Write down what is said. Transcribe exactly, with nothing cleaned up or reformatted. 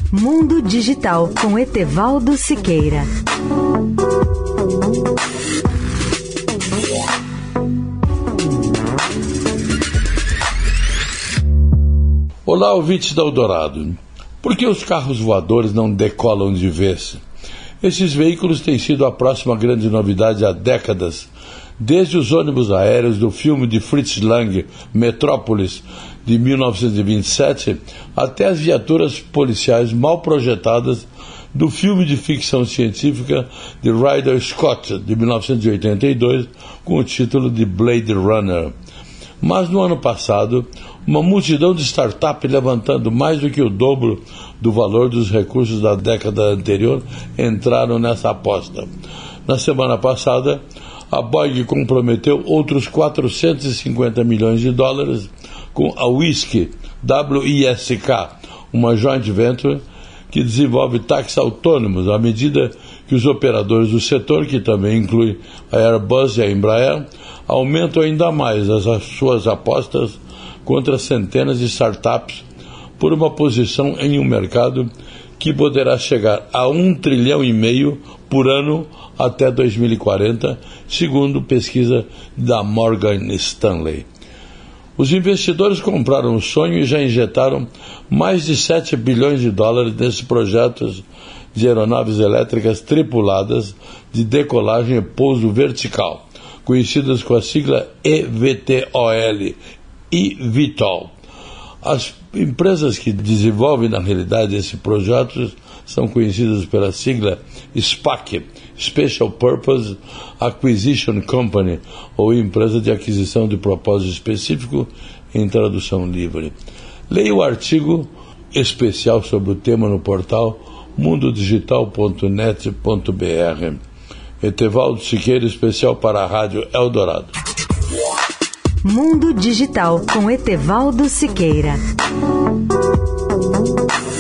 Mundo Digital com Etevaldo Siqueira. Olá, ouvintes da Eldorado. Por que os carros voadores não decolam de vez? Esses veículos têm sido a próxima grande novidade há décadas, desde os ônibus aéreos do filme de Fritz Lang, Metrópolis, de mil novecentos e vinte e sete, até as viaturas policiais mal projetadas do filme de ficção científica de Ridley Scott, de mil novecentos e oitenta e dois, com o título de Blade Runner. Mas no ano passado, uma multidão de startups levantando mais do que o dobro do valor dos recursos da década anterior entraram nessa aposta. Na semana passada, a Boeing comprometeu outros quatrocentos e cinquenta milhões de dólares com a Wisk, W I S K, uma joint venture que desenvolve táxis autônomos à medida que os operadores do setor, que também inclui a Airbus e a Embraer, aumentam ainda mais as, as suas apostas contra centenas de startups por uma posição em um mercado que poderá chegar a um trilhão e meio por ano até dois mil e quarenta, segundo pesquisa da Morgan Stanley. Os investidores compraram o sonho e já injetaram mais de sete bilhões de dólares nesses projetos de aeronaves elétricas tripuladas de decolagem e pouso vertical, conhecidas com a sigla E V T O L, eVTOL. As empresas que desenvolvem, na realidade, esses projetos são conhecidas pela sigla SPAC, Special Purpose Acquisition Company, ou Empresa de Aquisição de Propósito Específico, em tradução livre. Leia o artigo especial sobre o tema no portal mundo digital ponto net ponto b r. Etevaldo Siqueira, especial para a Rádio Eldorado. Mundo Digital com Etevaldo Siqueira.